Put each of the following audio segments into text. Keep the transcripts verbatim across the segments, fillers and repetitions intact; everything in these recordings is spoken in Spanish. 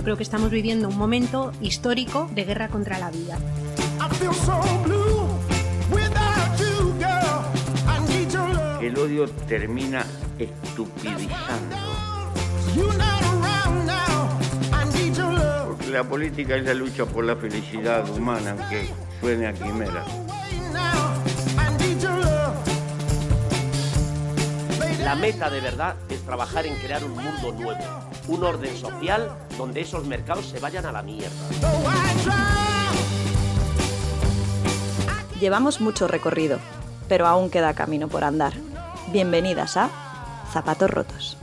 creo que estamos viviendo un momento histórico de guerra contra la vida. El odio termina estupidizando. Porque la política es la lucha por la felicidad humana, aunque suene a quimera. La meta de verdad es trabajar en crear un mundo nuevo, un orden social donde esos mercados se vayan a la mierda. Llevamos mucho recorrido, pero aún queda camino por andar. Bienvenidas a Zapatos Rotos.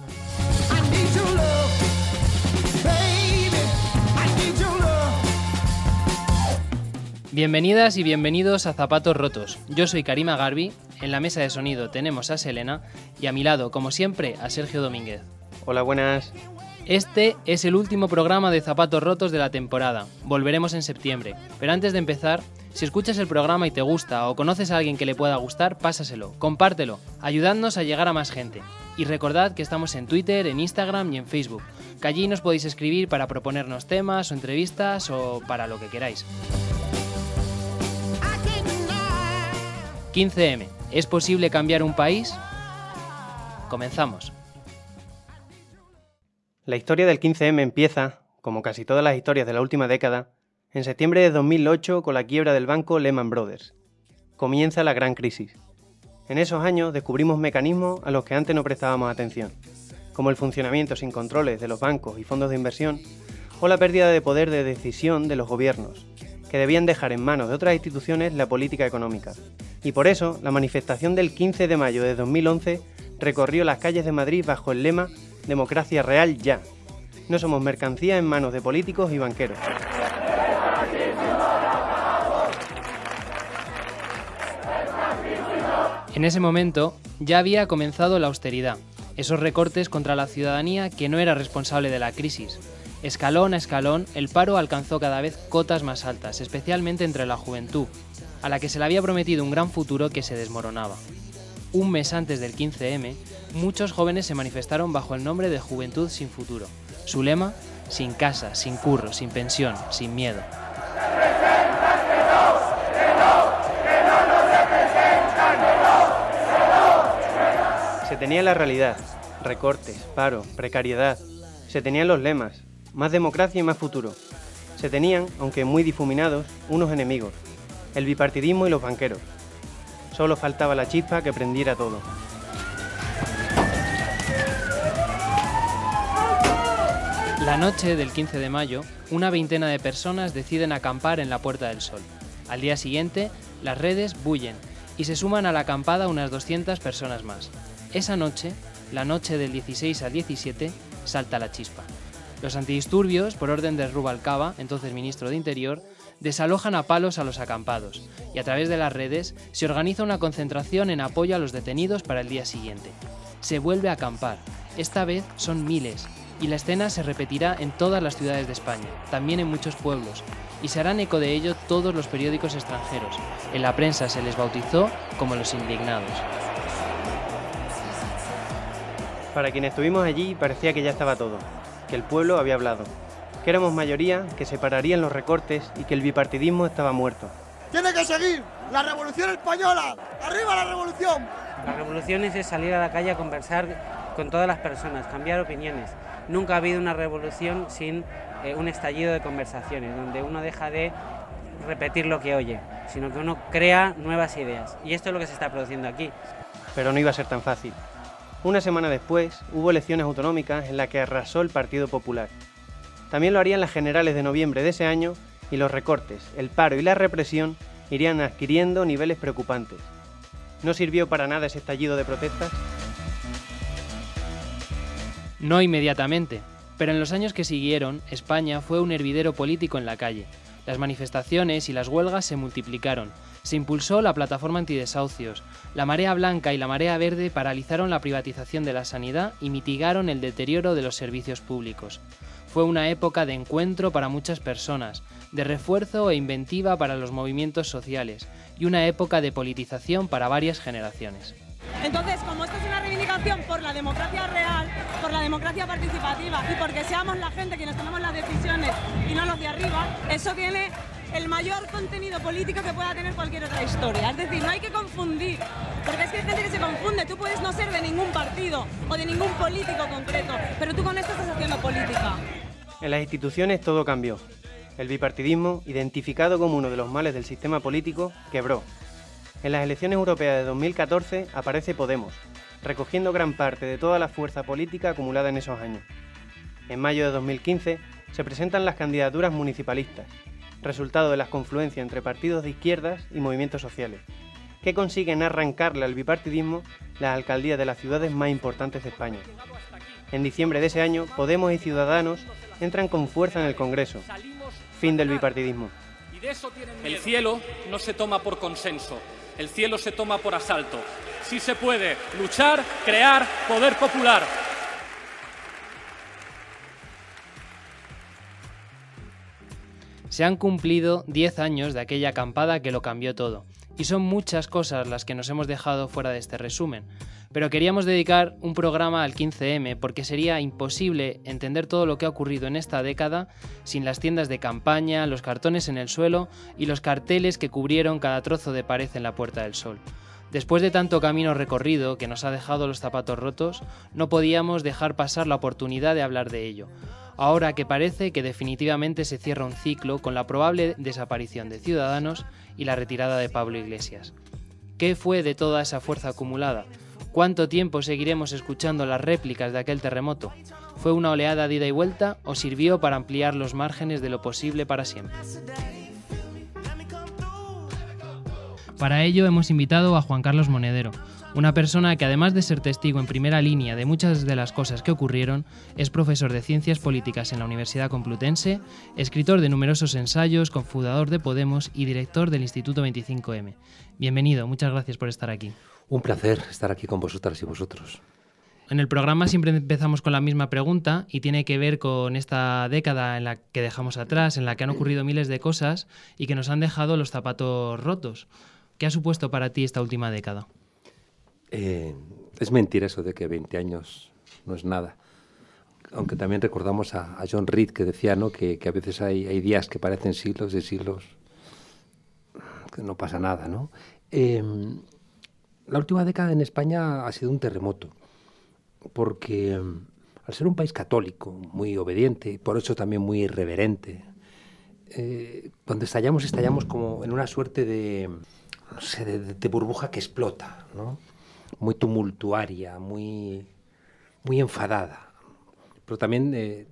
Bienvenidas y bienvenidos a Zapatos Rotos. Yo soy Karima Garbi, en la mesa de sonido tenemos a Selena y a mi lado, como siempre, a Sergio Domínguez. Hola, buenas. Este es el último programa de Zapatos Rotos de la temporada. Volveremos en septiembre. Pero antes de empezar, si escuchas el programa y te gusta o conoces a alguien que le pueda gustar, pásaselo, compártelo, ayudadnos a llegar a más gente. Y recordad que estamos en Twitter, en Instagram y en Facebook, que allí nos podéis escribir para proponernos temas o entrevistas o para lo que queráis. quince eme. ¿Es posible cambiar un país? Comenzamos. La historia del quince eme empieza, como casi todas las historias de la última década, en septiembre de dos mil ocho con la quiebra del banco Lehman Brothers. Comienza la gran crisis. En esos años descubrimos mecanismos a los que antes no prestábamos atención, como el funcionamiento sin controles de los bancos y fondos de inversión, o la pérdida de poder de decisión de los gobiernos, que debían dejar en manos de otras instituciones la política económica. Y por eso, la manifestación del quince de mayo de dos mil once recorrió las calles de Madrid bajo el lema «Democracia real ya». No somos mercancía en manos de políticos y banqueros. En ese momento ya había comenzado la austeridad, esos recortes contra la ciudadanía que no era responsable de la crisis. Escalón a escalón, el paro alcanzó cada vez cotas más altas, especialmente entre la juventud, a la que se le había prometido un gran futuro que se desmoronaba. Un mes antes del quince eme, muchos jóvenes se manifestaron bajo el nombre de Juventud sin Futuro. Su lema, sin casa, sin curro, sin pensión, sin miedo. Se tenía la realidad, recortes, paro, precariedad. Se tenían los lemas, más democracia y más futuro. Se tenían, aunque muy difuminados, unos enemigos, el bipartidismo y los banqueros. Solo faltaba la chispa que prendiera todo. La noche del quince de mayo, una veintena de personas deciden acampar en la Puerta del Sol. Al día siguiente, las redes bullen y se suman a la acampada unas doscientas personas más. Esa noche, la noche del dieciséis al diecisiete, salta la chispa. Los antidisturbios, por orden de Rubalcaba, entonces ministro de Interior, desalojan a palos a los acampados y a través de las redes se organiza una concentración en apoyo a los detenidos para el día siguiente. Se vuelve a acampar, esta vez son miles, y la escena se repetirá en todas las ciudades de España, también en muchos pueblos, y se harán eco de ello todos los periódicos extranjeros. En la prensa se les bautizó como los indignados. Para quienes estuvimos allí parecía que ya estaba todo, que el pueblo había hablado, que éramos mayoría, que se pararían los recortes y que el bipartidismo estaba muerto. ¡Tiene que seguir! ¡La revolución española! ¡Arriba la revolución! La revolución es salir a la calle a conversar con todas las personas, cambiar opiniones. Nunca ha habido una revolución sin eh, un estallido de conversaciones, donde uno deja de repetir lo que oye, sino que uno crea nuevas ideas. Y esto es lo que se está produciendo aquí. Pero no iba a ser tan fácil. Una semana después, hubo elecciones autonómicas en las que arrasó el Partido Popular. También lo harían las generales de noviembre de ese año y los recortes, el paro y la represión irían adquiriendo niveles preocupantes. ¿No sirvió para nada ese estallido de protestas? No inmediatamente, pero en los años que siguieron, España fue un hervidero político en la calle. Las manifestaciones y las huelgas se multiplicaron. Se impulsó la plataforma antidesahucios. La marea blanca y la marea verde paralizaron la privatización de la sanidad y mitigaron el deterioro de los servicios públicos. Fue una época de encuentro para muchas personas, de refuerzo e inventiva para los movimientos sociales y una época de politización para varias generaciones. Entonces, como esto es una reivindicación por la democracia real, por la democracia participativa y porque seamos la gente quienes tomamos las decisiones y no los de arriba, eso tiene el mayor contenido político que pueda tener cualquier otra historia. Es decir, no hay que confundir, porque es que hay gente que se confunde. Tú puedes no ser de ningún partido o de ningún político concreto, pero tú con esto estás haciendo política. En las instituciones todo cambió. El bipartidismo, identificado como uno de los males del sistema político, quebró. En las elecciones europeas de dos mil catorce aparece Podemos, recogiendo gran parte de toda la fuerza política acumulada en esos años. En mayo de dos mil quince se presentan las candidaturas municipalistas, resultado de las confluencias entre partidos de izquierdas y movimientos sociales, que consiguen arrancarle al bipartidismo las alcaldías de las ciudades más importantes de España. En diciembre de ese año, Podemos y Ciudadanos entran con fuerza en el Congreso. Fin del bipartidismo. El cielo no se toma por consenso, el cielo se toma por asalto. Sí se puede luchar, crear poder popular. Se han cumplido diez años de aquella acampada que lo cambió todo, y son muchas cosas las que nos hemos dejado fuera de este resumen, pero queríamos dedicar un programa al quince eme porque sería imposible entender todo lo que ha ocurrido en esta década sin las tiendas de campaña, los cartones en el suelo y los carteles que cubrieron cada trozo de pared en la Puerta del Sol. Después de tanto camino recorrido que nos ha dejado los zapatos rotos, no podíamos dejar pasar la oportunidad de hablar de ello. Ahora que parece que definitivamente se cierra un ciclo con la probable desaparición de Ciudadanos y la retirada de Pablo Iglesias. ¿Qué fue de toda esa fuerza acumulada? ¿Cuánto tiempo seguiremos escuchando las réplicas de aquel terremoto? ¿Fue una oleada de ida y vuelta o sirvió para ampliar los márgenes de lo posible para siempre? Para ello hemos invitado a Juan Carlos Monedero, una persona que además de ser testigo en primera línea de muchas de las cosas que ocurrieron, es profesor de Ciencias Políticas en la Universidad Complutense, escritor de numerosos ensayos, cofundador de Podemos y director del Instituto veinticinco eme. Bienvenido, muchas gracias por estar aquí. Un placer estar aquí con vosotras y vosotros. En el programa siempre empezamos con la misma pregunta y tiene que ver con esta década en la que dejamos atrás, en la que han ocurrido miles de cosas y que nos han dejado los zapatos rotos. ¿Qué ha supuesto para ti esta última década? Eh, es mentira eso de que veinte años no es nada. Aunque también recordamos a, a John Reed que decía, ¿no?, que, que a veces hay, hay días que parecen siglos de siglos, que no pasa nada, ¿no? Eh, la última década en España ha sido un terremoto, porque eh, al ser un país católico, muy obediente y por eso también muy irreverente, eh, cuando estallamos, estallamos como en una suerte de... no sé, de, de burbuja que explota, ¿no? Muy tumultuaria, muy, muy enfadada, pero también eh,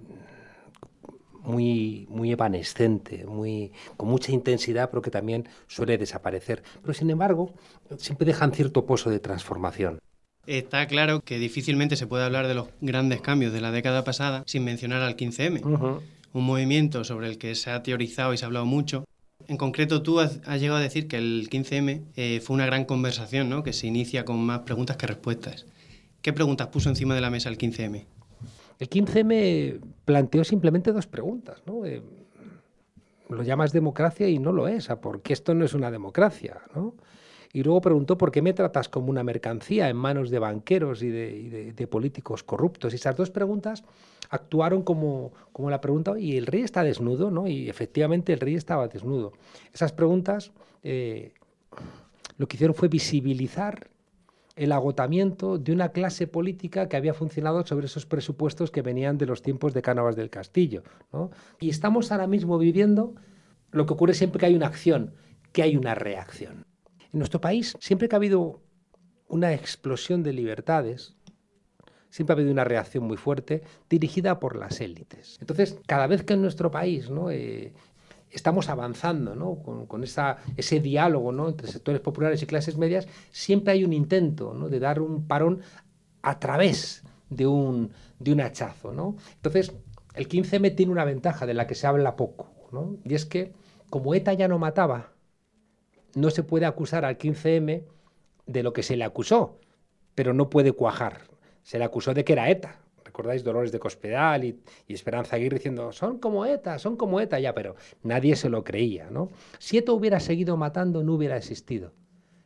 muy, muy evanescente, muy, con mucha intensidad, pero que también suele desaparecer. Pero sin embargo, siempre dejan cierto pozo de transformación. Está claro que difícilmente se puede hablar de los grandes cambios de la década pasada sin mencionar al quince eme, uh-huh. Un movimiento sobre el que se ha teorizado y se ha hablado mucho. En concreto, tú has, has llegado a decir que el quince eme eh, fue una gran conversación, ¿no?, que se inicia con más preguntas que respuestas. ¿Qué preguntas puso encima de la mesa el quince eme? El quince eme planteó simplemente dos preguntas, ¿no? Eh, lo llamas democracia y no lo es, porque esto no es una democracia, ¿no? Y luego preguntó por qué me tratas como una mercancía en manos de banqueros y de, y de, de políticos corruptos. Y esas dos preguntas actuaron como, como la pregunta, ¿y el rey está desnudo?, ¿no? Y efectivamente el rey estaba desnudo. Esas preguntas eh, lo que hicieron fue visibilizar el agotamiento de una clase política que había funcionado sobre esos presupuestos que venían de los tiempos de Cánovas del Castillo, ¿no? Y estamos ahora mismo viviendo lo que ocurre siempre que hay una acción, que hay una reacción. En nuestro país, siempre que ha habido una explosión de libertades, siempre ha habido una reacción muy fuerte dirigida por las élites. Entonces, cada vez que en nuestro país, ¿no?, eh, estamos avanzando, ¿no?, con, con esa, ese diálogo, ¿no?, entre sectores populares y clases medias, siempre hay un intento, ¿no?, de dar un parón a través de un, de un hachazo, ¿no? Entonces, el quince eme tiene una ventaja de la que se habla poco, ¿no? Y es que, como ETA ya no mataba, no se puede acusar al quince eme de lo que se le acusó, pero no puede cuajar. Se le acusó de que era ETA. ¿Recordáis Dolores de Cospedal y, y Esperanza Aguirre diciendo son como ETA, son como ETA? Ya, pero nadie se lo creía, ¿no? Si ETA hubiera seguido matando, no hubiera existido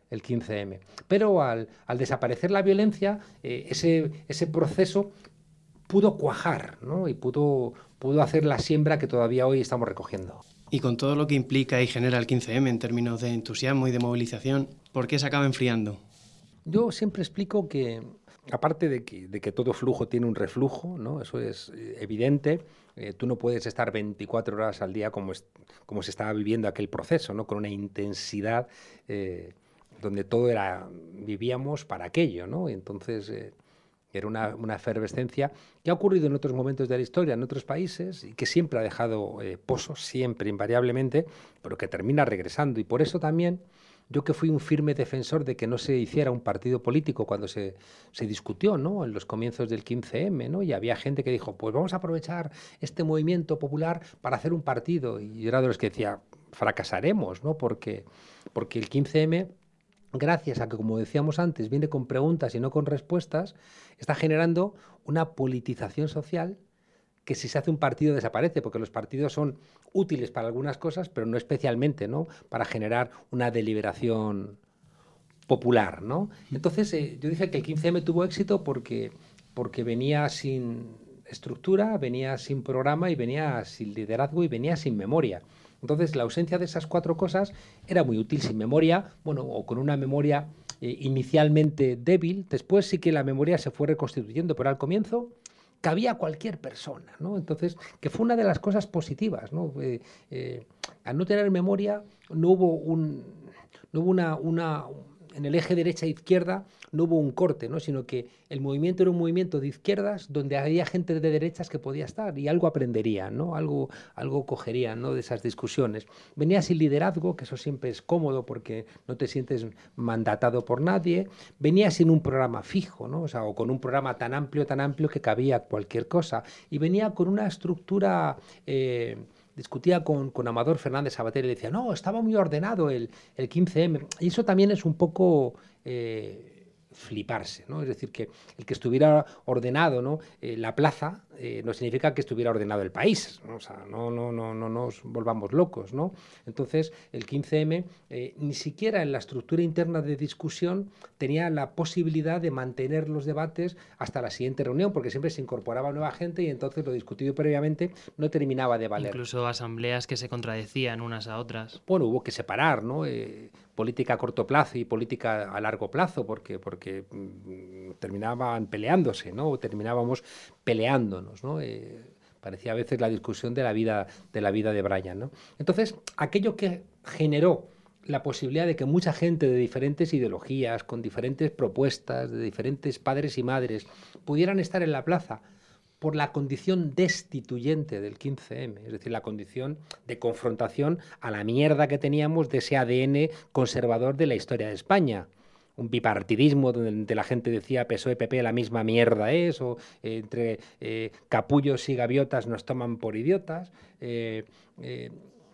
el quince eme. Pero al, al desaparecer la violencia, eh, ese, ese proceso pudo cuajar, ¿no? Y pudo, pudo hacer la siembra que todavía hoy estamos recogiendo. Y con todo lo que implica y genera el quince eme en términos de entusiasmo y de movilización, ¿por qué se acaba enfriando? Yo siempre explico que, aparte de que, de que todo flujo tiene un reflujo, ¿no? Eso es evidente, eh, tú no puedes estar veinticuatro horas al día como, es, como se estaba viviendo aquel proceso, ¿no? Con una intensidad eh, donde todo era, vivíamos para aquello, ¿no? Y entonces eh, era una, una efervescencia que ha ocurrido en otros momentos de la historia, en otros países, y que siempre ha dejado eh, pozos, siempre, invariablemente, pero que termina regresando. Y por eso también, yo que fui un firme defensor de que no se hiciera un partido político cuando se, se discutió, ¿no? En los comienzos del quince eme, ¿no? Y había gente que dijo, pues vamos a aprovechar este movimiento popular para hacer un partido. Y yo era de los que decía, fracasaremos, ¿no? Porque, porque el quince eme, gracias a que, como decíamos antes, viene con preguntas y no con respuestas, está generando una politización social que si se hace un partido desaparece, porque los partidos son útiles para algunas cosas, pero no especialmente, ¿no? Para generar una deliberación popular, ¿no? Entonces, eh, yo dije que el quince eme tuvo éxito porque, porque venía sin estructura, venía sin programa y venía sin liderazgo y venía sin memoria. Entonces, la ausencia de esas cuatro cosas era muy útil. Sin memoria, bueno, o con una memoria eh, inicialmente débil, después sí que la memoria se fue reconstituyendo, pero al comienzo cabía cualquier persona, ¿no? Entonces, que fue una de las cosas positivas, ¿no? Eh, eh, al no tener memoria, no hubo un, no hubo una, una, en el eje derecha-izquierda no hubo un corte, ¿no? Sino que el movimiento era un movimiento de izquierdas donde había gente de derechas que podía estar y algo aprenderían, ¿no? Algo, algo cogerían, ¿no? De esas discusiones. Venía sin liderazgo, que eso siempre es cómodo porque no te sientes mandatado por nadie. Venía sin un programa fijo, ¿no? O sea, o con un programa tan amplio, tan amplio que cabía cualquier cosa. Y venía con una estructura... Eh, discutía con, con Amador Fernández Sabater y le decía, no, estaba muy ordenado el, el quince eme. Y eso también es un poco eh, fliparse, ¿no? Es decir, que el que estuviera ordenado, ¿no? Eh, la plaza eh, no significa que estuviera ordenado el país, ¿no? O sea, no, no, no, no nos volvamos locos, ¿no? Entonces, el quince eme, eh, ni siquiera en la estructura interna de discusión tenía la posibilidad de mantener los debates hasta la siguiente reunión, porque siempre se incorporaba nueva gente y entonces lo discutido previamente no terminaba de valer. Incluso asambleas que se contradecían unas a otras. Bueno, hubo que separar, ¿no? Eh, política a corto plazo y política a largo plazo, porque, porque mm, terminaban peleándose, ¿no? O terminábamos peleándonos, ¿no? Eh, parecía a veces la discusión de la vida de, la vida de Brian, ¿no? Entonces, aquello que generó la posibilidad de que mucha gente de diferentes ideologías, con diferentes propuestas, de diferentes padres y madres, pudieran estar en la plaza por la condición destituyente del quince eme, es decir, la condición de confrontación a la mierda que teníamos de ese A D N conservador de la historia de España. Un bipartidismo donde la gente decía P S O E, P P, la misma mierda es, o eh, entre eh, capullos y gaviotas nos toman por idiotas. Eh, eh,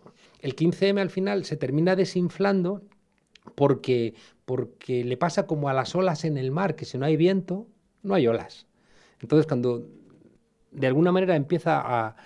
el quince eme al final se termina desinflando porque, porque le pasa como a las olas en el mar, que si no hay viento, no hay olas. Entonces, cuando de alguna manera empieza a,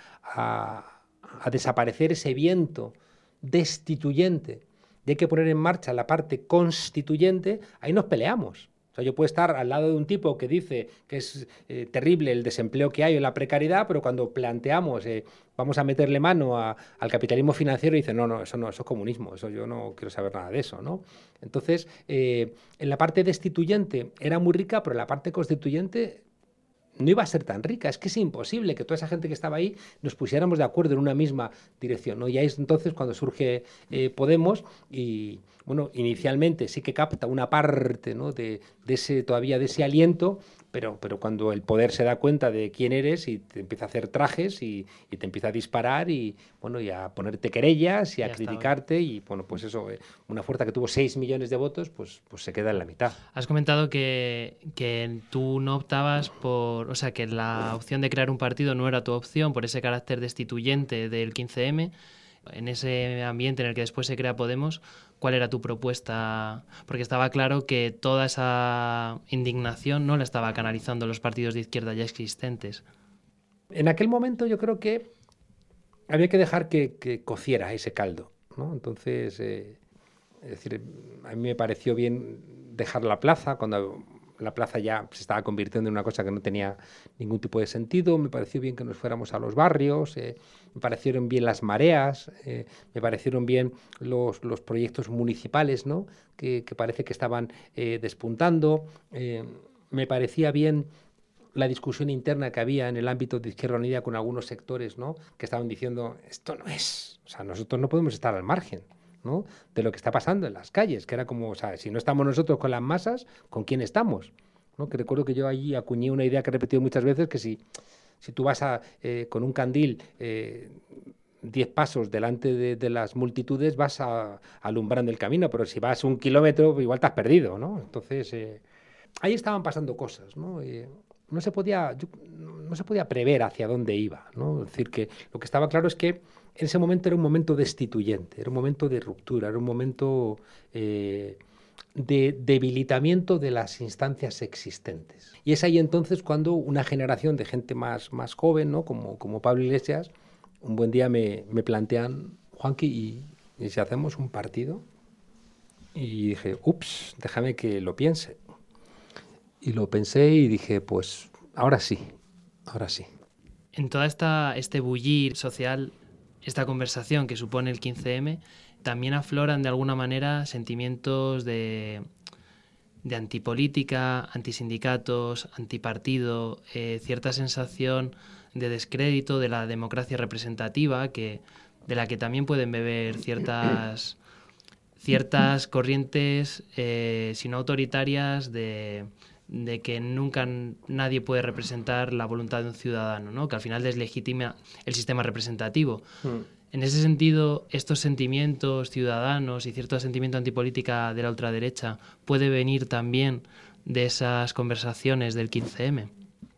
a, a desaparecer ese viento destituyente y hay que poner en marcha la parte constituyente, ahí nos peleamos. O sea, yo puedo estar al lado de un tipo que dice que es eh, terrible el desempleo que hay o la precariedad, pero cuando planteamos eh, vamos a meterle mano a, al capitalismo financiero, dice no, no, eso no, eso es comunismo, eso yo no quiero saber nada de eso, ¿no? Entonces, eh, en la parte destituyente era muy rica, pero en la parte constituyente no iba a ser tan rica. Es que es imposible que toda esa gente que estaba ahí nos pusiéramos de acuerdo en una misma dirección, ¿no? Y ahí es entonces cuando surge eh, Podemos y, bueno, inicialmente sí que capta una parte, ¿no? de, de ese, todavía de ese aliento, pero, pero cuando el poder se da cuenta de quién eres y te empieza a hacer trajes y, y te empieza a disparar y, bueno, y a ponerte querellas y a ya criticarte está. Y, bueno, pues eso, eh, una fuerza que tuvo seis millones de votos, pues, pues se queda en la mitad. Has comentado que, que tú no optabas por, o sea, que la opción de crear un partido no era tu opción por ese carácter destituyente del quince eme. En ese ambiente en el que después se crea Podemos, ¿cuál era tu propuesta? Porque estaba claro que toda esa indignación no la estaba canalizando los partidos de izquierda ya existentes. En aquel momento yo creo que había que dejar que, que cociera ese caldo, ¿no? Entonces, eh, Es decir, a mí me pareció bien dejar la plaza cuando la plaza ya se estaba convirtiendo en una cosa que no tenía ningún tipo de sentido. Me pareció bien que nos fuéramos a los barrios, eh, me parecieron bien las mareas, eh, me parecieron bien los, los proyectos municipales, ¿no? que, que parece que estaban eh, despuntando. Eh, me parecía bien la discusión interna que había en el ámbito de Izquierda Unida con algunos sectores, ¿no? que estaban diciendo, esto no es, o sea, nosotros no podemos estar al margen, ¿no? de lo que está pasando en las calles, que era como, o sea, si no estamos nosotros con las masas, ¿con quién estamos? ¿No? Que recuerdo que yo allí acuñé una idea que he repetido muchas veces, que si, si tú vas a, eh, con un candil eh, diez pasos delante de, de las multitudes, vas a, alumbrando el camino, pero si vas un kilómetro, igual te has perdido, ¿no? Entonces, eh, ahí estaban pasando cosas, ¿no? Eh, no se podía, yo, no se podía prever hacia dónde iba, ¿no? Es decir, que lo que estaba claro es que en ese momento era un momento destituyente, era un momento de ruptura, era un momento eh, de debilitamiento de las instancias existentes. Y es ahí entonces cuando una generación de gente más, más joven, ¿no? como, como Pablo Iglesias, un buen día me, me plantean, Juanqui, ¿y, ¿y si hacemos un partido? Y dije, ups, déjame que lo piense. Y lo pensé y dije, pues ahora sí, ahora sí. En toda esta este bullir social, esta conversación que supone el quince eme, también afloran de alguna manera sentimientos de, de antipolítica, antisindicatos, antipartido, eh, cierta sensación de descrédito de la democracia representativa, que, de la que también pueden beber ciertas, ciertas corrientes, eh, si no autoritarias, de, de que nunca nadie puede representar la voluntad de un ciudadano, ¿no? Que al final deslegitima el sistema representativo. Mm. En ese sentido, estos sentimientos ciudadanos y cierto sentimiento antipolítica de la ultraderecha puede venir también de esas conversaciones del quince eme.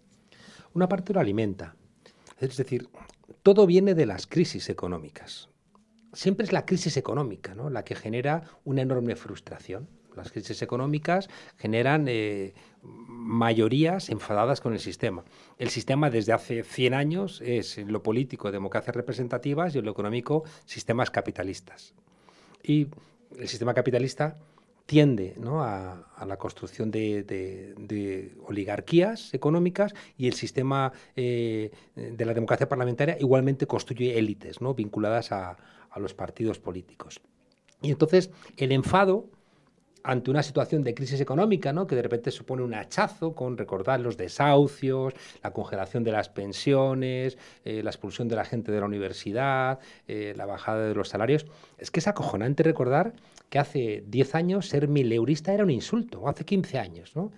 Una parte lo alimenta. Es decir, todo viene de las crisis económicas. Siempre es la crisis económica, ¿no? la que genera una enorme frustración. Las crisis económicas generan eh, mayorías enfadadas con el sistema. El sistema desde hace cien años es en lo político democracias representativas y en lo económico sistemas capitalistas. Y el sistema capitalista tiende, ¿no? a, a la construcción de, de, de oligarquías económicas, y el sistema eh, de la democracia parlamentaria igualmente construye élites, ¿no? vinculadas a, a los partidos políticos. Y entonces el enfado ante una situación de crisis económica, ¿no? que de repente supone un hachazo con recordar los desahucios, la congelación de las pensiones, eh, la expulsión de la gente de la universidad, eh, la bajada de los salarios. Es que es acojonante recordar que hace diez años ser mileurista era un insulto, o hace quince años, ¿no?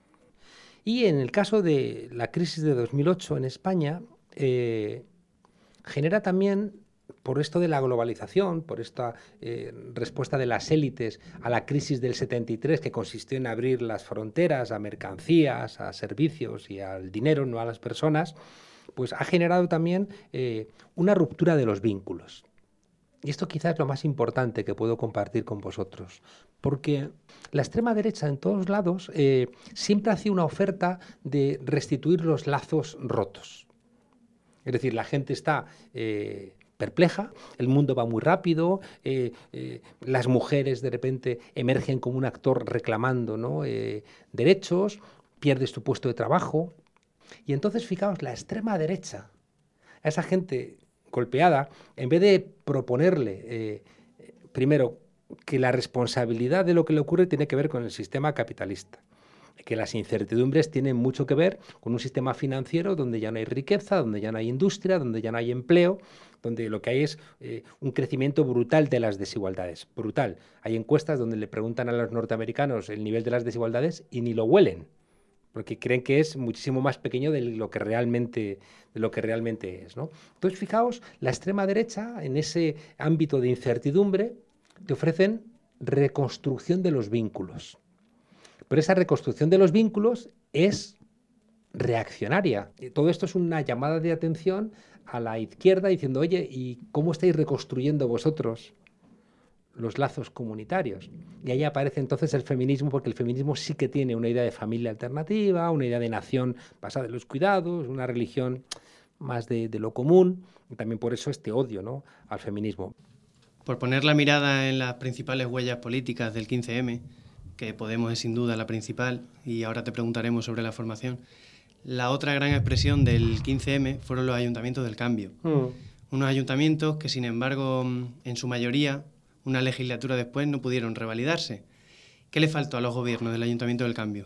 Y en el caso de la crisis de dos mil ocho en España, eh, genera también, por esto de la globalización, por esta eh, respuesta de las élites a la crisis del setenta y tres, que consistió en abrir las fronteras a mercancías, a servicios y al dinero, no a las personas, pues ha generado también eh, una ruptura de los vínculos. Y esto quizás es lo más importante que puedo compartir con vosotros, porque la extrema derecha en todos lados eh, siempre hacía una oferta de restituir los lazos rotos. Es decir, la gente está Eh, perpleja, el mundo va muy rápido, eh, eh, las mujeres de repente emergen como un actor reclamando, ¿no? eh, derechos, pierdes tu puesto de trabajo. Y entonces, fijaos, la extrema derecha, a esa gente golpeada, en vez de proponerle, eh, primero, que la responsabilidad de lo que le ocurre tiene que ver con el sistema capitalista, que las incertidumbres tienen mucho que ver con un sistema financiero donde ya no hay riqueza, donde ya no hay industria, donde ya no hay empleo, donde lo que hay es eh, un crecimiento brutal de las desigualdades, brutal. Hay encuestas donde le preguntan a los norteamericanos el nivel de las desigualdades y ni lo huelen, porque creen que es muchísimo más pequeño de lo que realmente, de lo que realmente es, ¿no? Entonces, fijaos, la extrema derecha, en ese ámbito de incertidumbre, te ofrecen reconstrucción de los vínculos. Pero esa reconstrucción de los vínculos es reaccionaria. Y todo esto es una llamada de atención a la izquierda diciendo, oye, ¿y cómo estáis reconstruyendo vosotros los lazos comunitarios? Y ahí aparece entonces el feminismo, porque el feminismo sí que tiene una idea de familia alternativa, una idea de nación basada en los cuidados, una religión más de, de lo común, y también por eso este odio, ¿no?, al feminismo. Por poner la mirada en las principales huellas políticas del quince eme, que Podemos es sin duda la principal, y ahora te preguntaremos sobre la formación, la otra gran expresión del quince eme fueron los ayuntamientos del cambio. Mm. Unos ayuntamientos que, sin embargo, en su mayoría, una legislatura después, no pudieron revalidarse. ¿Qué le faltó a los gobiernos del Ayuntamiento del Cambio?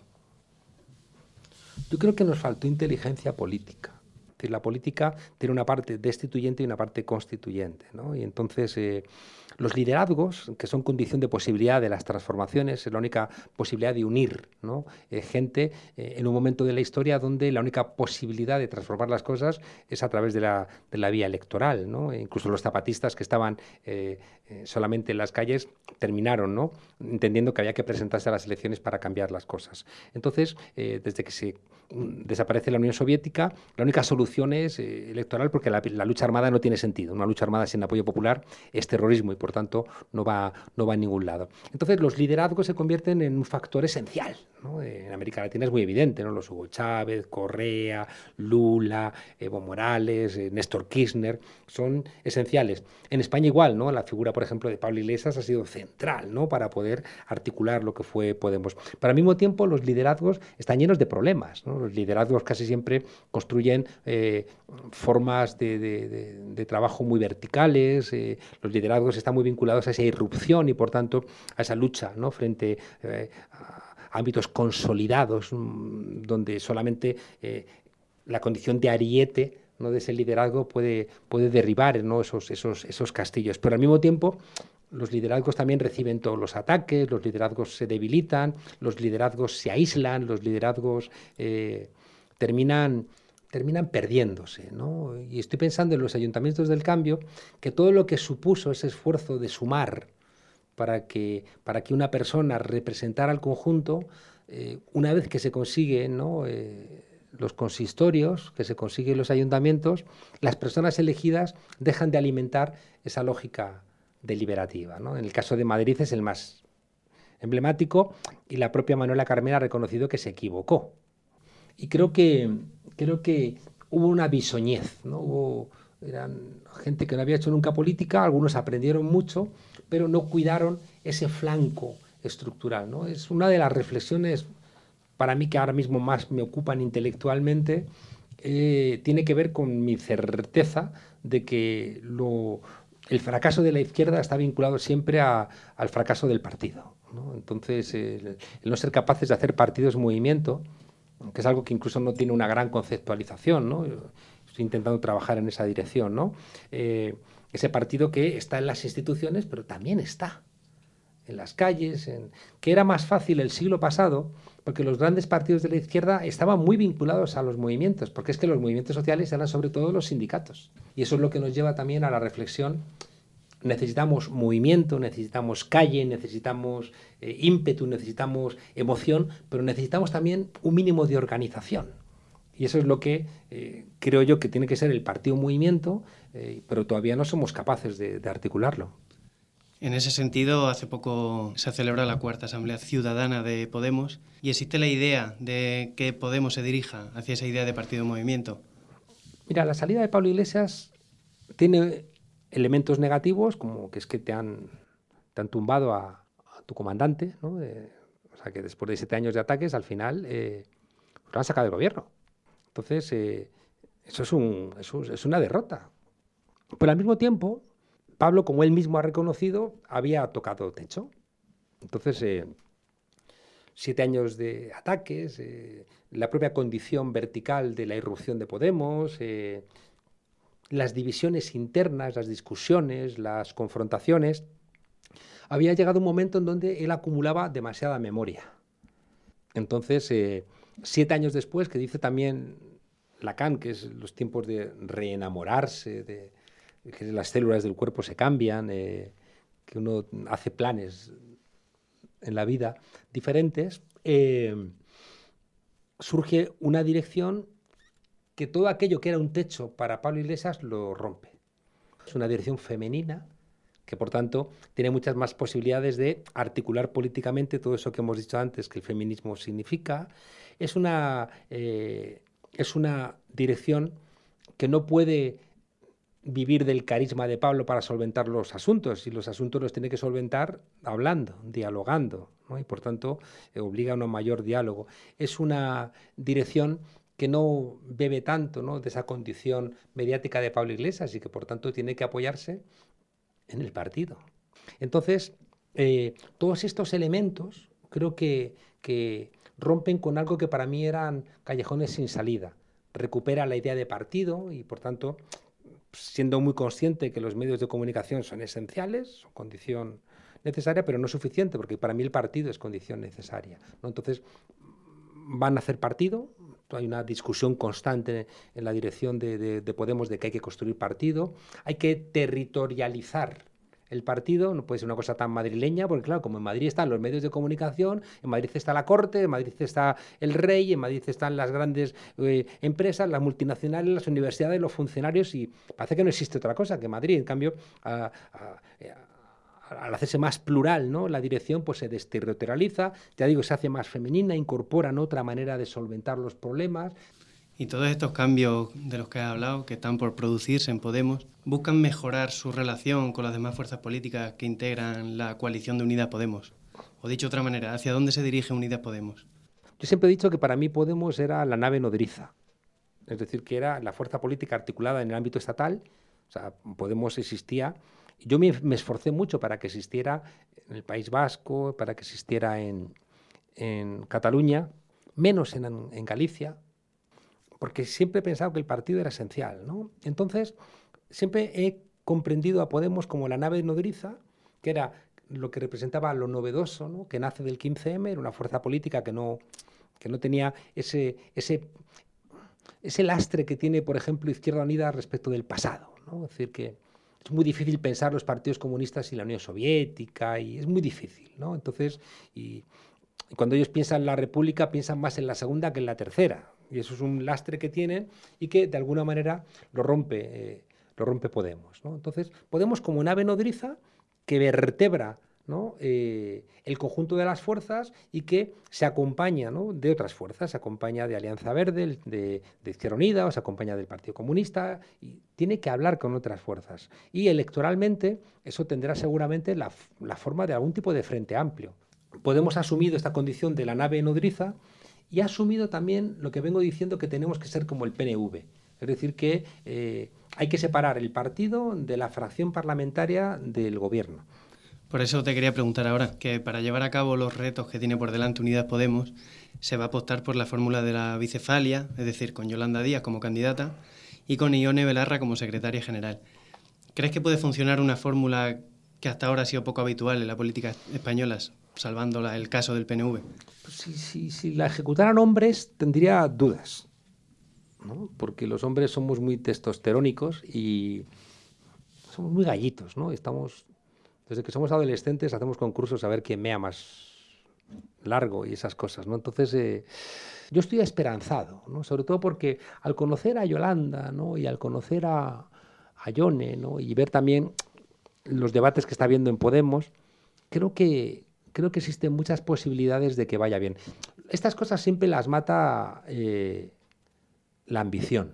Yo creo que nos faltó inteligencia política. Es decir, la política tiene una parte destituyente y una parte constituyente, ¿no? Y entonces eh, los liderazgos, que son condición de posibilidad de las transformaciones, es la única posibilidad de unir, ¿no? eh, gente eh, en un momento de la historia donde la única posibilidad de transformar las cosas es a través de la, de la vía electoral, ¿no? E incluso los zapatistas que estaban eh, eh, solamente en las calles terminaron, ¿no? entendiendo que había que presentarse a las elecciones para cambiar las cosas. Entonces, eh, desde que se desaparece la Unión Soviética, la única solución es eh, electoral, porque la, la lucha armada no tiene sentido. Una lucha armada sin apoyo popular es terrorismo y por tanto no va, no va a ningún lado. Entonces los liderazgos se convierten en un factor esencial, ¿no? En América Latina es muy evidente, ¿no? Los Hugo Chávez, Correa, Lula, Evo Morales, eh, Néstor Kirchner son esenciales. En España igual, ¿no? La figura, por ejemplo, de Pablo Iglesias ha sido central, ¿no? Para poder articular lo que fue Podemos. Pero al mismo tiempo los liderazgos están llenos de problemas, ¿no? Los liderazgos casi siempre construyen eh, formas de, de, de, de trabajo muy verticales, eh, los liderazgos están muy vinculados a esa irrupción y por tanto a esa lucha, ¿no? frente eh, a ámbitos consolidados donde solamente eh, la condición de ariete, ¿no? de ese liderazgo puede, puede derribar, ¿no? esos, esos, esos castillos. Pero al mismo tiempo los liderazgos también reciben todos los ataques, los liderazgos se debilitan, los liderazgos se aíslan, los liderazgos eh, terminan, terminan perdiéndose, ¿no? Y estoy pensando en los ayuntamientos del cambio, que todo lo que supuso ese esfuerzo de sumar para que, para que una persona representara al conjunto, eh, una vez que se consigue, ¿no? eh, los consistorios, que se consiguen los ayuntamientos, las personas elegidas dejan de alimentar esa lógica deliberativa, ¿no? En el caso de Madrid es el más emblemático y la propia Manuela Carmena ha reconocido que se equivocó. Y creo que, creo que hubo una bisoñez, ¿no? Hubo, eran gente que no había hecho nunca política, algunos aprendieron mucho, pero no cuidaron ese flanco estructural, ¿no? Es una de las reflexiones para mí que ahora mismo más me ocupan intelectualmente, eh, tiene que ver con mi certeza de que lo... el fracaso de la izquierda está vinculado siempre a, al fracaso del partido, ¿no? Entonces, el, el no ser capaces de hacer partidos-movimiento, que es algo que incluso no tiene una gran conceptualización, ¿no? Estoy intentando trabajar en esa dirección, ¿no? Eh, ese partido que está en las instituciones, pero también está en las calles, en... que era más fácil el siglo pasado, porque los grandes partidos de la izquierda estaban muy vinculados a los movimientos, porque es que los movimientos sociales eran sobre todo los sindicatos. Y eso es lo que nos lleva también a la reflexión. Necesitamos movimiento, necesitamos calle, necesitamos eh, ímpetu, necesitamos emoción, pero necesitamos también un mínimo de organización. Y eso es lo que eh, creo yo que tiene que ser el partido-movimiento, eh, pero todavía no somos capaces de, de articularlo. En ese sentido, hace poco se celebra la cuarta Asamblea Ciudadana de Podemos y existe la idea de que Podemos se dirija hacia esa idea de partido-movimiento. Mira, la salida de Pablo Iglesias tiene elementos negativos, como que es que te han, te han tumbado a, a tu comandante, ¿no? Eh, o sea, que después de siete años de ataques, al final eh, lo han sacado del gobierno. Entonces, eh, eso, es un, eso es una derrota. Pero al mismo tiempo, Pablo, como él mismo ha reconocido, había tocado techo. Entonces, eh, siete años de ataques, eh, la propia condición vertical de la irrupción de Podemos, eh, las divisiones internas, las discusiones, las confrontaciones, había llegado un momento en donde él acumulaba demasiada memoria. Entonces, eh, siete años después, que dice también Lacan, que es los tiempos de reenamorarse, de que las células del cuerpo se cambian, eh, que uno hace planes en la vida diferentes, eh, surge una dirección que todo aquello que era un techo para Pablo Iglesias lo rompe. Es una dirección femenina que, por tanto, tiene muchas más posibilidades de articular políticamente todo eso que hemos dicho antes que el feminismo significa. Es una, eh, es una dirección que no puede vivir del carisma de Pablo para solventar los asuntos, y los asuntos los tiene que solventar hablando, dialogando, ¿no? Y por tanto eh, obliga a un mayor diálogo. Es una dirección que no bebe tanto, ¿no?, de esa condición mediática de Pablo Iglesias y que por tanto tiene que apoyarse en el partido. Entonces, eh, todos estos elementos creo que, que rompen con algo que para mí eran callejones sin salida. Recupera la idea de partido y por tanto, siendo muy consciente que los medios de comunicación son esenciales, son condición necesaria, pero no suficiente, porque para mí el partido es condición necesaria, ¿no? Entonces, van a hacer partido. Hay una discusión constante en la dirección de, de, de Podemos de que hay que construir partido, hay que territorializar el partido, no puede ser una cosa tan madrileña, porque claro, como en Madrid están los medios de comunicación, en Madrid está la corte, en Madrid está el rey, en Madrid están las grandes eh, empresas, las multinacionales, las universidades, los funcionarios, y parece que no existe otra cosa que Madrid. En cambio, a, a, a, al hacerse más plural, ¿no?, la dirección pues se desterritorializa, ya digo, se hace más femenina, incorporan otra manera de solventar los problemas. Y todos estos cambios de los que has hablado, que están por producirse en Podemos, buscan mejorar su relación con las demás fuerzas políticas que integran la coalición de Unidas Podemos. O dicho de otra manera, ¿hacia dónde se dirige Unidas Podemos? Yo siempre he dicho que para mí Podemos era la nave nodriza, es decir, que era la fuerza política articulada en el ámbito estatal. O sea, Podemos existía. Yo me, me esforcé mucho para que existiera en el País Vasco, para que existiera en, en Cataluña, menos en, en Galicia, porque siempre he pensado que el partido era esencial, ¿no? Entonces, siempre he comprendido a Podemos como la nave nodriza, que era lo que representaba lo novedoso, ¿no?, que nace del quince eme, era una fuerza política que no, que no tenía ese, ese, ese lastre que tiene, por ejemplo, Izquierda Unida respecto del pasado, ¿no? Es decir, que es muy difícil pensar los partidos comunistas y la Unión Soviética, y es muy difícil, ¿no? Entonces, y, y cuando ellos piensan en la República, piensan más en la segunda que en la tercera. Y eso es un lastre que tienen y que de alguna manera lo rompe, eh, lo rompe Podemos, ¿no? Entonces, Podemos como nave nodriza que vertebra, ¿no?, eh, el conjunto de las fuerzas y que se acompaña, ¿no?, de otras fuerzas, se acompaña de Alianza Verde, de, de Izquierda Unida, o se acompaña del Partido Comunista, y tiene que hablar con otras fuerzas. Y electoralmente eso tendrá seguramente la, la forma de algún tipo de frente amplio. Podemos ha asumido esta condición de la nave nodriza y ha asumido también lo que vengo diciendo, que tenemos que ser como el P N V. Es decir, que eh, hay que separar el partido de la fracción parlamentaria del gobierno. Por eso te quería preguntar ahora, que para llevar a cabo los retos que tiene por delante Unidas Podemos, se va a apostar por la fórmula de la bicefalia, es decir, con Yolanda Díaz como candidata y con Ione Belarra como secretaria general. ¿Crees que puede funcionar una fórmula que hasta ahora ha sido poco habitual en la política española, salvando la, el caso del P N V? Pues si, si, si la ejecutaran hombres, tendría dudas, ¿no? Porque los hombres somos muy testosterónicos y somos muy gallitos, ¿no? Estamos, desde que somos adolescentes hacemos concursos a ver quién mea más largo y esas cosas, ¿no? Entonces, eh, yo estoy esperanzado, ¿no? Sobre todo porque al conocer a Yolanda, ¿no?, y al conocer a, a Ione, ¿no?, y ver también los debates que está habiendo en Podemos, creo que Creo que existen muchas posibilidades de que vaya bien. Estas cosas siempre las mata eh, la ambición.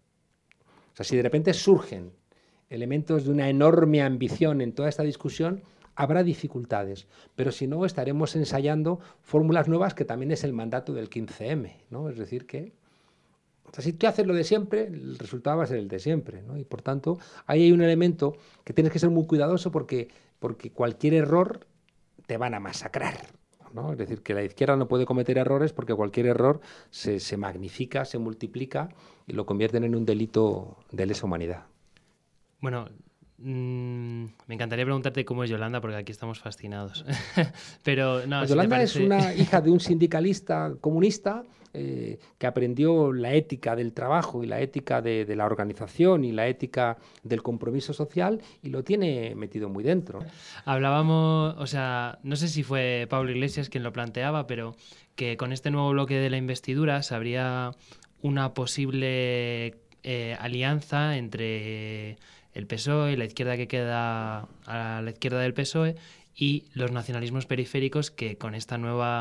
O sea, si de repente surgen elementos de una enorme ambición en toda esta discusión, habrá dificultades. Pero si no, estaremos ensayando fórmulas nuevas, que también es el mandato del quince eme, ¿no? Es decir, que o sea, si tú haces lo de siempre, el resultado va a ser el de siempre, ¿no? Y por tanto, ahí hay un elemento que tienes que ser muy cuidadoso, porque, porque cualquier error te van a masacrar, ¿no? Es decir, que la izquierda no puede cometer errores, porque cualquier error se, se magnifica, se multiplica y lo convierten en un delito de lesa humanidad. Bueno, mmm, me encantaría preguntarte cómo es Yolanda, porque aquí estamos fascinados. Pero no, pues si Yolanda parece... es una hija de un sindicalista comunista eh, que aprendió la ética del trabajo y la ética de, de la organización y la ética del compromiso social, y lo tiene metido muy dentro. Hablábamos, o sea, no sé si fue Pablo Iglesias quien lo planteaba, pero que con este nuevo bloque de la investidura se habría una posible eh, alianza entre el P S O E, la izquierda que queda a la izquierda del P S O E, y los nacionalismos periféricos, que con esta nueva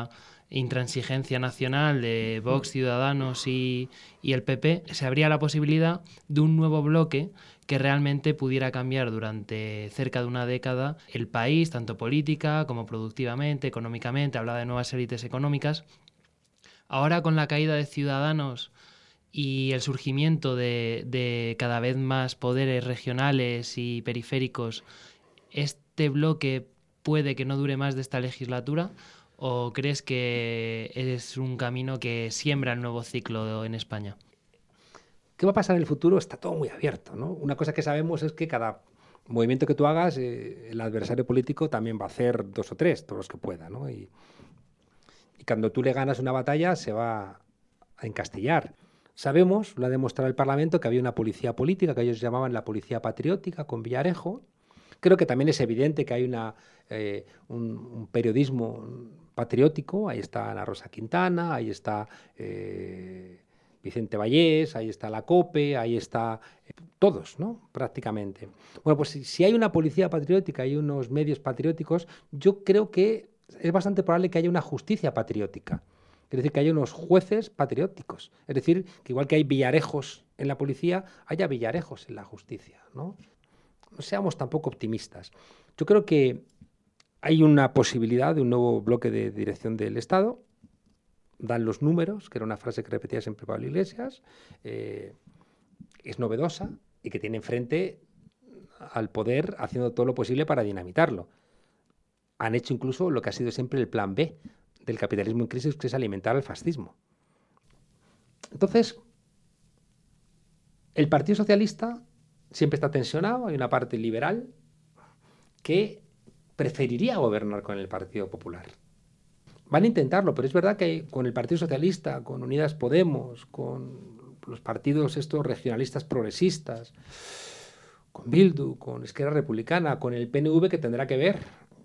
intransigencia nacional de Vox, Ciudadanos y, y el P P, se abría la posibilidad de un nuevo bloque que realmente pudiera cambiar durante cerca de una década el país, tanto política como productivamente, económicamente, hablaba de nuevas élites económicas. Ahora, con la caída de Ciudadanos y el surgimiento de, de cada vez más poderes regionales y periféricos, ¿este bloque puede que no dure más de esta legislatura? ¿O crees que es un camino que siembra el nuevo ciclo en España? ¿Qué va a pasar en el futuro? Está todo muy abierto, ¿no? Una cosa que sabemos es que cada movimiento que tú hagas, eh, el adversario político también va a hacer dos o tres, todos los que pueda, ¿no? Y, y cuando tú le ganas una batalla se va a encastillar. Sabemos, lo ha demostrado el Parlamento, que había una policía política que ellos llamaban la policía patriótica con Villarejo. Creo que también es evidente que hay una, eh, un, un periodismo patriótico. Ahí está Ana Rosa Quintana, ahí está eh, Vicente Vallés, ahí está la COPE, ahí está eh, todos, ¿no? Prácticamente. Bueno, pues si, si hay una policía patriótica y unos medios patrióticos, yo creo que es bastante probable que haya una justicia patriótica. Es decir, que haya unos jueces patrióticos. Es decir, que igual que hay Villarejos en la policía, haya Villarejos en la justicia, ¿no? No seamos tampoco optimistas. Yo creo que hay una posibilidad de un nuevo bloque de dirección del Estado. Dan los números, que era una frase que repetía siempre Pablo Iglesias. Eh, es novedosa y que tiene enfrente al poder haciendo todo lo posible para dinamitarlo. Han hecho incluso lo que ha sido siempre el plan B del capitalismo en crisis, que es alimentar al fascismo. Entonces, el Partido Socialista siempre está tensionado, hay una parte liberal que preferiría gobernar con el Partido Popular. Van a intentarlo, pero es verdad que hay, con el Partido Socialista, con Unidas Podemos, con los partidos estos regionalistas progresistas, con Bildu, con Esquerra Republicana, con el P N V, que tendrá que ver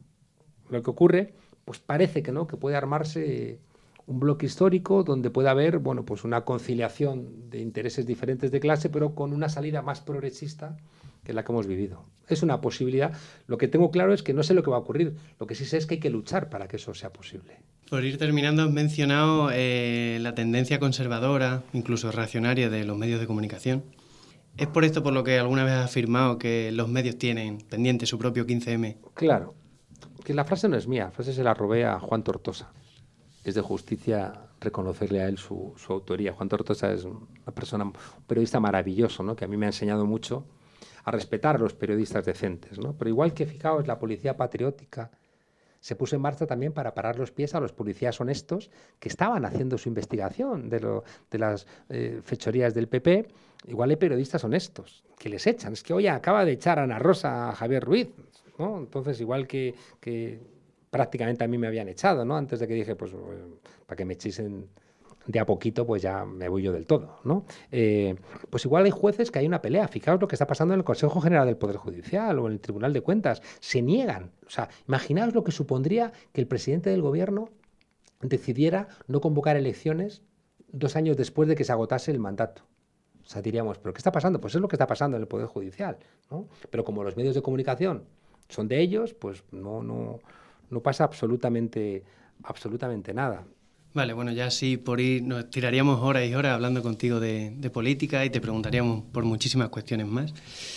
lo que ocurre, pues parece que no, que puede armarse un bloque histórico donde pueda haber, bueno, pues una conciliación de intereses diferentes de clase, pero con una salida más progresista que la que hemos vivido. Es una posibilidad. Lo que tengo claro es que no sé lo que va a ocurrir. Lo que sí sé es que hay que luchar para que eso sea posible. Por ir terminando, has mencionado eh, la tendencia conservadora, incluso reaccionaria de los medios de comunicación. ¿Es por esto por lo que alguna vez has afirmado que los medios tienen pendiente su propio quince eme? Claro, que la frase no es mía, la frase se la robé a Juan Tortosa. Es de justicia reconocerle a él su, su autoría. Juan Tortosa es una persona, un periodista maravilloso, ¿no? Que a mí me ha enseñado mucho a respetar a los periodistas decentes, ¿no? Pero igual que, fijaos, la policía patriótica se puso en marcha también para parar los pies a los policías honestos que estaban haciendo su investigación de, lo, de las eh, fechorías del P P. Igual hay periodistas honestos que les echan. Es que, oye, acaba de echar a Ana Rosa a Javier Ruiz, ¿no? Entonces, igual que, que prácticamente a mí me habían echado, ¿no? Antes de que dije, pues, para que me echen de a poquito, pues ya me voy yo del todo, ¿no? Eh, pues igual hay jueces que hay una pelea. Fijaos lo que está pasando en el Consejo General del Poder Judicial o en el Tribunal de Cuentas. Se niegan. O sea, imaginaos lo que supondría que el presidente del gobierno decidiera no convocar elecciones dos años después de que se agotase el mandato. O sea, diríamos, ¿pero qué está pasando? Pues es lo que está pasando en el Poder Judicial, ¿no? Pero como los medios de comunicación son de ellos, pues no, no, no pasa absolutamente, absolutamente nada. Vale, bueno, ya sí, por ir nos tiraríamos horas y horas hablando contigo de, de política y te preguntaríamos por muchísimas cuestiones más.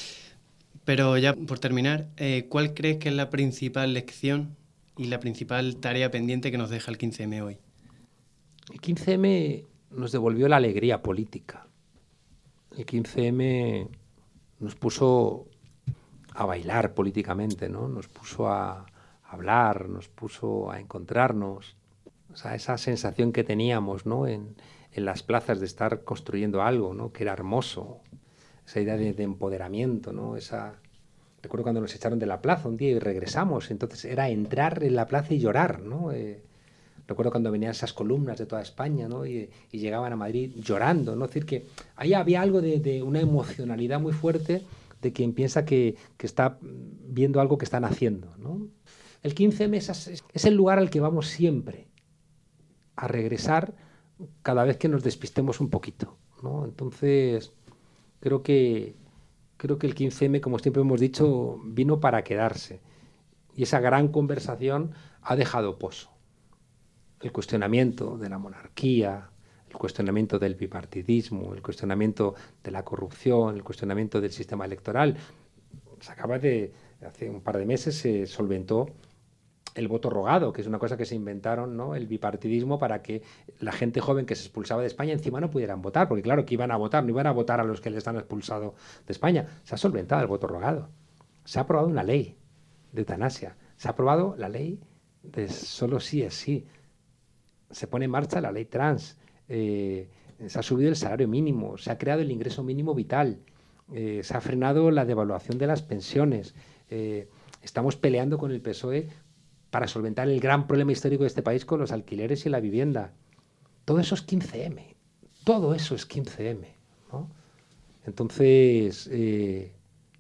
Pero ya por terminar, eh, ¿cuál crees que es la principal lección y la principal tarea pendiente que nos deja el quince eme hoy? El quince eme nos devolvió la alegría política. El quince eme nos puso a bailar políticamente, ¿no? Nos puso a hablar, nos puso a encontrarnos. O sea, esa sensación que teníamos, ¿no? en, en las plazas de estar construyendo algo, ¿no? Que era hermoso. Esa idea de, de empoderamiento, ¿no? Esa... Recuerdo cuando nos echaron de la plaza un día y regresamos. Entonces era entrar en la plaza y llorar, ¿no? Eh, recuerdo cuando venían esas columnas de toda España, ¿no? y, y llegaban a Madrid llorando, ¿no? Es decir, que ahí había algo de, de una emocionalidad muy fuerte de quien piensa que, que está viendo algo que están haciendo, ¿no? El quince eme es, es el lugar al que vamos siempre a regresar cada vez que nos despistemos un poquito, ¿no? Entonces, creo que, creo que el quince eme, como siempre hemos dicho, vino para quedarse. Y esa gran conversación ha dejado pozo. el cuestionamiento de la monarquía, el cuestionamiento del bipartidismo, el cuestionamiento de la corrupción, el cuestionamiento del sistema electoral. Se acaba de, hace un par de meses se solventó el voto rogado, que es una cosa que se inventaron, ¿no? El bipartidismo, para que la gente joven que se expulsaba de España encima no pudieran votar, porque claro, que iban a votar, no iban a votar a los que les han expulsado de España. Se ha solventado el voto rogado. Se ha aprobado una ley de eutanasia. Se ha aprobado la ley de solo sí es sí. Se pone en marcha la ley trans. Eh, se ha subido el salario mínimo. Se ha creado el ingreso mínimo vital. Eh, se ha frenado la devaluación de las pensiones. Eh, estamos peleando con el P S O E para solventar el gran problema histórico de este país con los alquileres y la vivienda. Todo eso es quince eme. Todo eso es quince eme, ¿no? Entonces, eh,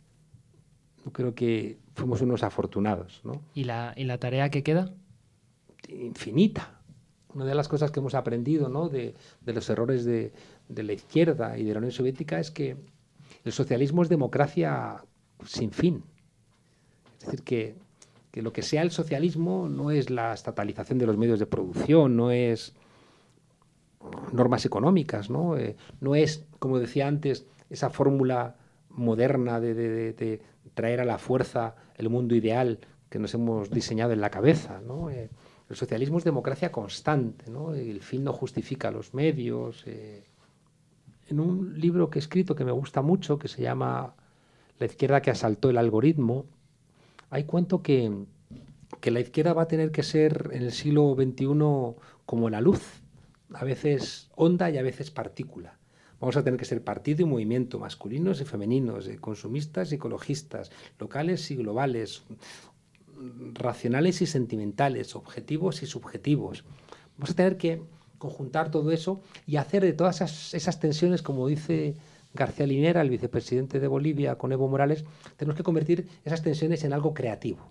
yo creo que fuimos unos afortunados, ¿no? ¿Y la, y la tarea que queda? Infinita. Una de las cosas que hemos aprendido, ¿no?, de, de los errores de, de la izquierda y de la Unión Soviética es que el socialismo es democracia sin fin. Es decir, que, que lo que sea el socialismo no es la estatalización de los medios de producción, no es normas económicas, ¿no? Eh, no es, como decía antes, esa fórmula moderna de, de, de, de traer a la fuerza el mundo ideal que nos hemos diseñado en la cabeza, ¿no? Eh, el socialismo es democracia constante, ¿no? El fin no justifica los medios. Eh. En un libro que he escrito que me gusta mucho, que se llama La izquierda que asaltó el algoritmo, hay cuento que, que la izquierda va a tener que ser en el siglo veintiuno como la luz, a veces onda y a veces partícula. Vamos a tener que ser partido y movimiento, masculinos y femeninos, eh, consumistas y ecologistas, locales y globales, racionales y sentimentales, objetivos y subjetivos. Vamos a tener que conjuntar todo eso y hacer de todas esas, esas tensiones, como dice García Linera, el vicepresidente de Bolivia, con Evo Morales, tenemos que convertir esas tensiones en algo creativo.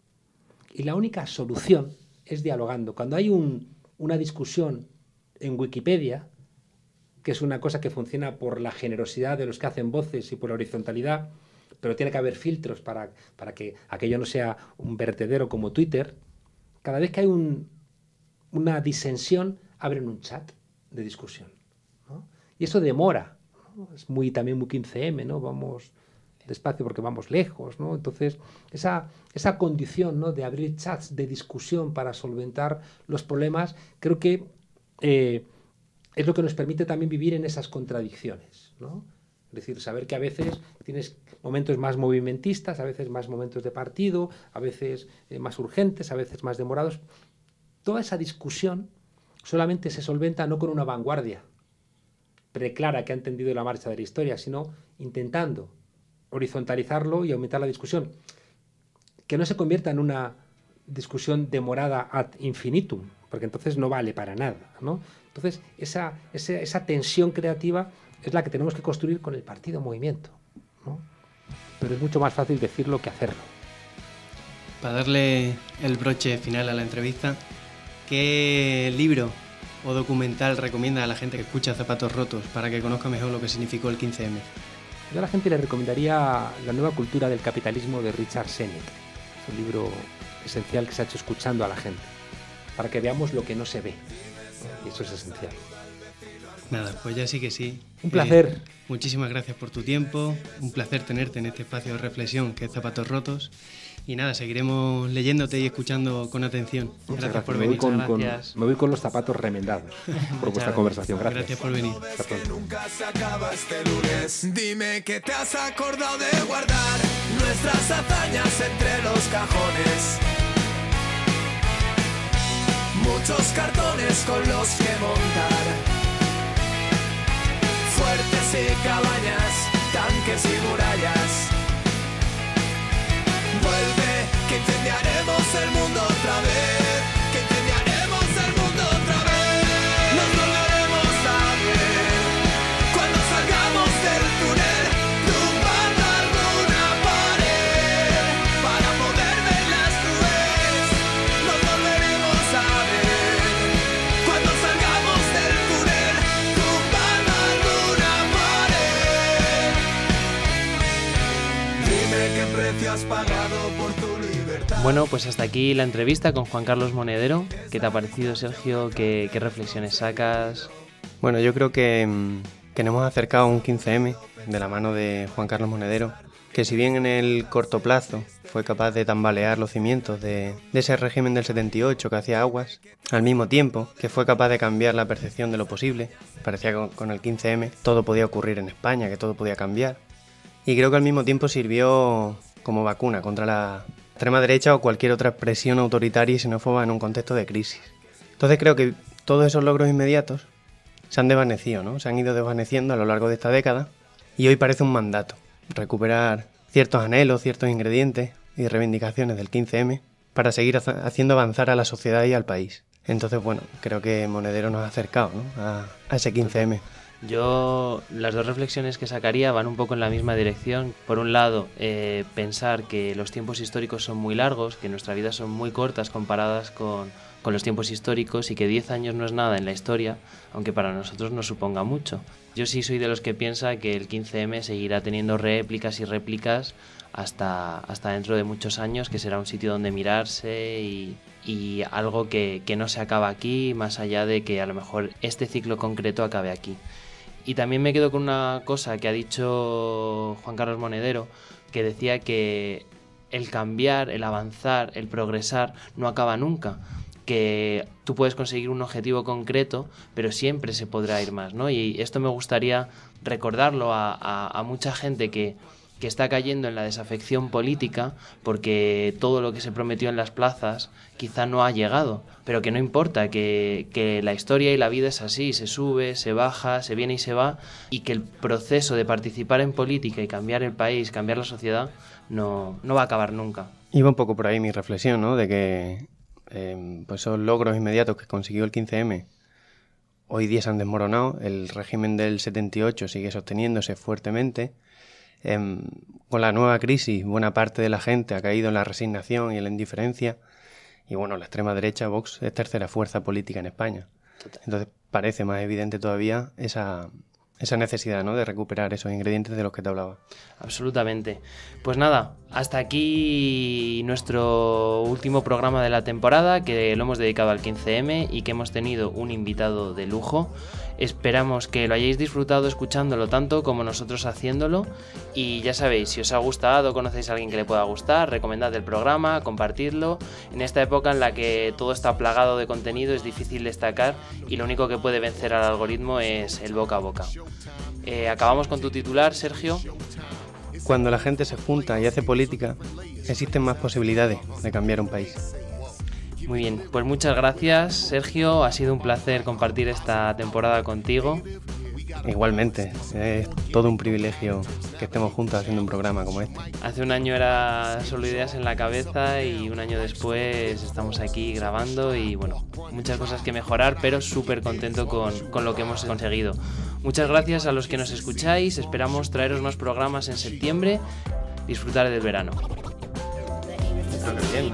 Y la única solución es dialogando. Cuando hay un, una discusión en Wikipedia, que es una cosa que funciona por la generosidad de los que hacen voces y por la horizontalidad, pero tiene que haber filtros para, para que aquello no sea un vertedero como Twitter. Cada vez que hay un, una disensión, abren un chat de discusión, ¿no? Y eso demora, ¿no? Es muy, también muy quince eme, ¿no? Vamos despacio porque vamos lejos, ¿no? Entonces, esa, esa condición, ¿no?, de abrir chats de discusión para solventar los problemas, creo que eh, es lo que nos permite también vivir en esas contradicciones, ¿no? Es decir, saber que a veces tienes momentos más movimentistas, a veces más momentos de partido, a veces eh, más urgentes, a veces más demorados. Toda esa discusión solamente se solventa no con una vanguardia preclara que ha entendido la marcha de la historia, sino intentando horizontalizarlo y aumentar la discusión. Que no se convierta en una discusión demorada ad infinitum, porque entonces no vale para nada, ¿no? Entonces, esa, esa, esa tensión creativa es la que tenemos que construir con el partido movimiento, ¿no? Pero es mucho más fácil decirlo que hacerlo. Para darle el broche final a la entrevista, ¿qué libro o documental recomienda a la gente que escucha Zapatos Rotos para que conozca mejor lo que significó el quince eme? Yo a la gente le recomendaría La nueva cultura del capitalismo de Richard Sennick. Es un libro esencial que se ha hecho escuchando a la gente, para que veamos lo que no se ve, ¿no? Y eso es esencial. Nada, pues ya sí que sí. Un placer. Eh, muchísimas gracias por tu tiempo, un placer tenerte en este espacio de reflexión que es Zapatos Rotos. Y nada, seguiremos leyéndote y escuchando con atención. Gracias, gracias por me venir. Voy con, con, me voy con los zapatos remendados por vuestra conversación. Gracias. Gracias por venir. Hasta pronto. Nunca se acaba este lunes. Dime que te has acordado de guardar nuestras hazañas entre los cajones. Muchos cartones con los que montar. Fuertes y cabañas, tanques y murallas. Vuelve, que incendiaremos el mundo otra vez. Que incendiaremos el mundo otra vez. Nos volveremos a ver cuando salgamos del túnel, tumbando alguna pared para poder ver las nubes. Nos volveremos a ver cuando salgamos del Bueno, pues hasta aquí la entrevista con Juan Carlos Monedero. ¿Qué te ha parecido, Sergio? ¿Qué, qué reflexiones sacas? Bueno, yo creo que, que nos hemos acercado a un quince eme de la mano de Juan Carlos Monedero, que si bien en el corto plazo fue capaz de tambalear los cimientos de, de ese régimen del setenta y ocho que hacía aguas, al mismo tiempo que fue capaz de cambiar la percepción de lo posible. Parecía que con, con el quince eme todo podía ocurrir en España, que todo podía cambiar. Y creo que al mismo tiempo sirvió como vacuna contra la extrema derecha o cualquier otra expresión autoritaria y xenófoba en un contexto de crisis. Entonces creo que todos esos logros inmediatos se han desvanecido, ¿no? Se han ido desvaneciendo a lo largo de esta década y hoy parece un mandato recuperar ciertos anhelos, ciertos ingredientes y reivindicaciones del quince eme para seguir haciendo avanzar a la sociedad y al país. Entonces, bueno, creo que Monedero nos ha acercado, ¿no? a, a ese quince eme. Yo las dos reflexiones que sacaría van un poco en la misma dirección. Por un lado, eh, pensar que los tiempos históricos son muy largos, que nuestras vidas son muy cortas comparadas con, con los tiempos históricos y que diez años no es nada en la historia, aunque para nosotros nos suponga mucho. Yo sí soy de los que piensa que el quince eme seguirá teniendo réplicas y réplicas hasta, hasta dentro de muchos años, que será un sitio donde mirarse y, y algo que, que no se acaba aquí, más allá de que a lo mejor este ciclo concreto acabe aquí. Y también me quedo con una cosa que ha dicho Juan Carlos Monedero, que decía que el cambiar, el avanzar, el progresar no acaba nunca, que tú puedes conseguir un objetivo concreto, pero siempre se podrá ir más, ¿no? Y esto me gustaría recordarlo a, a, a mucha gente que, que está cayendo en la desafección política porque todo lo que se prometió en las plazas quizá no ha llegado, pero que no importa, que, que la historia y la vida es así, se sube, se baja, se viene y se va, y que el proceso de participar en política y cambiar el país, cambiar la sociedad, no, no va a acabar nunca. Iba un poco por ahí mi reflexión, ¿no? De que eh, pues esos logros inmediatos que consiguió el quince eme hoy día se han desmoronado, el régimen del setenta y ocho sigue sosteniéndose fuertemente. Eh, con la nueva crisis, buena parte de la gente ha caído en la resignación y en la indiferencia. Y bueno, la extrema derecha, Vox, es tercera fuerza política en España. Entonces parece más evidente todavía esa, esa necesidad, ¿no?, de recuperar esos ingredientes de los que te hablaba. Absolutamente. Pues nada, hasta aquí nuestro último programa de la temporada, que lo hemos dedicado al quince eme y que hemos tenido un invitado de lujo. Esperamos que lo hayáis disfrutado escuchándolo tanto como nosotros haciéndolo, y ya sabéis, si os ha gustado, conocéis a alguien que le pueda gustar, recomendad el programa, compartidlo. En esta época en la que todo está plagado de contenido es difícil destacar y lo único que puede vencer al algoritmo es el boca a boca. Eh, acabamos con tu titular, Sergio. Cuando la gente se junta y hace política, existen más posibilidades de cambiar un país. Muy bien, pues muchas gracias, Sergio. Ha sido un placer compartir esta temporada contigo. Igualmente, es todo un privilegio que estemos juntos haciendo un programa como este. Hace un año era solo ideas en la cabeza y un año después estamos aquí grabando y bueno, muchas cosas que mejorar, pero súper contento con, con lo que hemos conseguido. Muchas gracias a los que nos escucháis, esperamos traeros más programas en septiembre. Disfrutar del verano. Bien.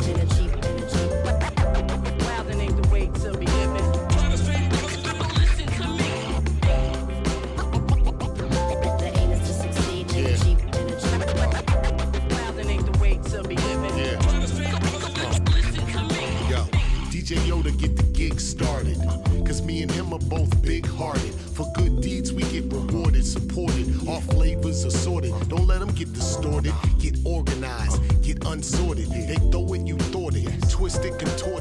D J Yoda get the gig started, cause me and him are both big-hearted. For good deeds we get rewarded, supported, our flavors assorted. Don't let them get distorted, get organized, get unsorted. They throw it, you thought it, twist it, contort